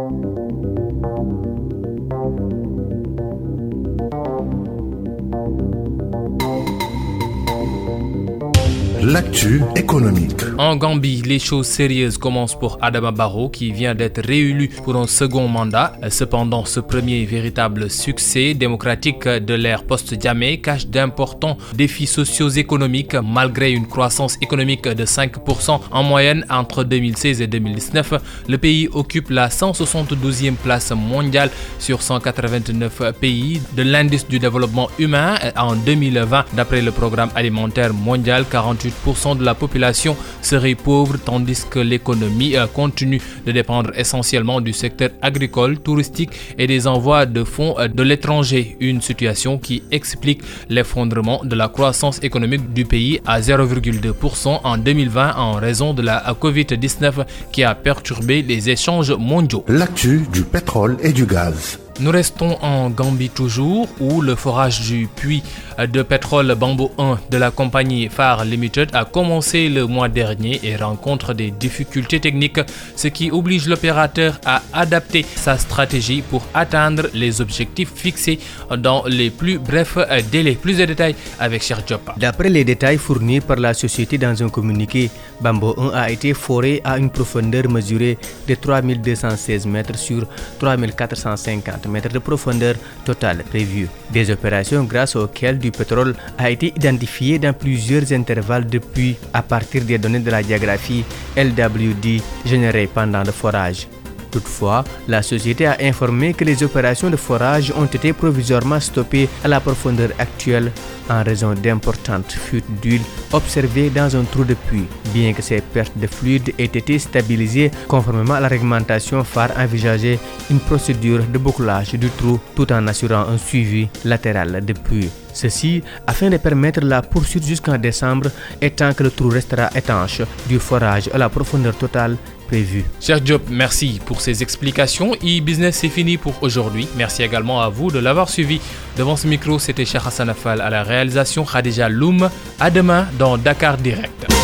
L'actu économique. En Gambie, les choses sérieuses commencent pour Adama Barrow qui vient d'être réélu pour un second mandat. Cependant, ce premier véritable succès démocratique de l'ère post-Jammeh cache d'importants défis socio-économiques malgré une croissance économique de 5% en moyenne entre 2016 et 2019. Le pays occupe la 172e place mondiale sur 189 pays de l'indice du développement humain en 2020. D'après le programme alimentaire mondial, 48% de la population serait pauvre tandis que l'économie continue de dépendre essentiellement du secteur agricole, touristique et des envois de fonds de l'étranger. Une situation qui explique l'effondrement de la croissance économique du pays à 0,2% en 2020 en raison de la Covid-19 qui a perturbé les échanges mondiaux. L'actu du pétrole et du gaz. Nous restons en Gambie toujours où le forage du puits de pétrole Bambo 1 de la compagnie Phare Limited a commencé le mois dernier et rencontre des difficultés techniques, ce qui oblige l'opérateur à adapter sa stratégie pour atteindre les objectifs fixés dans les plus brefs délais. Plus de détails avec Cheikh Diop. D'après les détails fournis par la société dans un communiqué, Bambo 1 a été foré à une profondeur mesurée de 3216 mètres sur 3450 mètres de profondeur totale prévue. Des opérations grâce auxquelles du pétrole a été identifié dans plusieurs intervalles de puits à partir des données de la diagraphie LWD générées pendant le forage. Toutefois, la société a informé que les opérations de forage ont été provisoirement stoppées à la profondeur actuelle en raison d'importantes fuites d'huile observées dans un trou de puits. Bien que ces pertes de fluide aient été stabilisées conformément à la réglementation, Phare envisageait une procédure de bouclage du trou tout en assurant un suivi latéral de puits. Ceci afin de permettre la poursuite jusqu'en décembre et tant que le trou restera étanche du forage à la profondeur totale prévue. Cheikh Diop, merci pour ces explications. E-Business, c'est fini pour aujourd'hui. Merci également à vous de l'avoir suivi. Devant ce micro, c'était Cheikh Hassan Affal à la réalisation, Khadija Loum. À demain dans Dakar Direct.